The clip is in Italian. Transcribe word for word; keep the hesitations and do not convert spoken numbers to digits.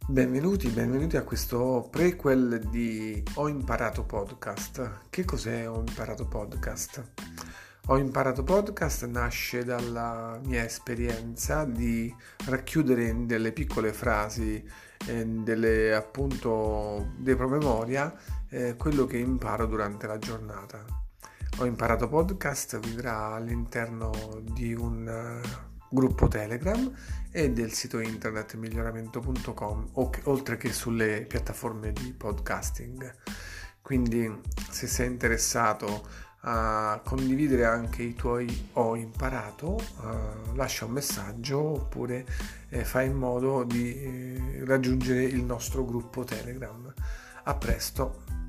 Benvenuti, benvenuti a questo prequel di Ho imparato podcast. Che cos'è Ho imparato podcast? Ho imparato podcast nasce dalla mia esperienza di racchiudere in delle piccole frasi, eh, delle appunto dei promemoria, eh, quello che imparo durante la giornata. Ho imparato podcast vivrà all'interno di un uh, gruppo Telegram e del sito internet miglioramento punto com, oltre che sulle piattaforme di podcasting. Quindi se sei interessato a condividere anche i tuoi ho imparato, uh, lascia un messaggio oppure eh, fai in modo di eh, raggiungere il nostro gruppo Telegram. A presto!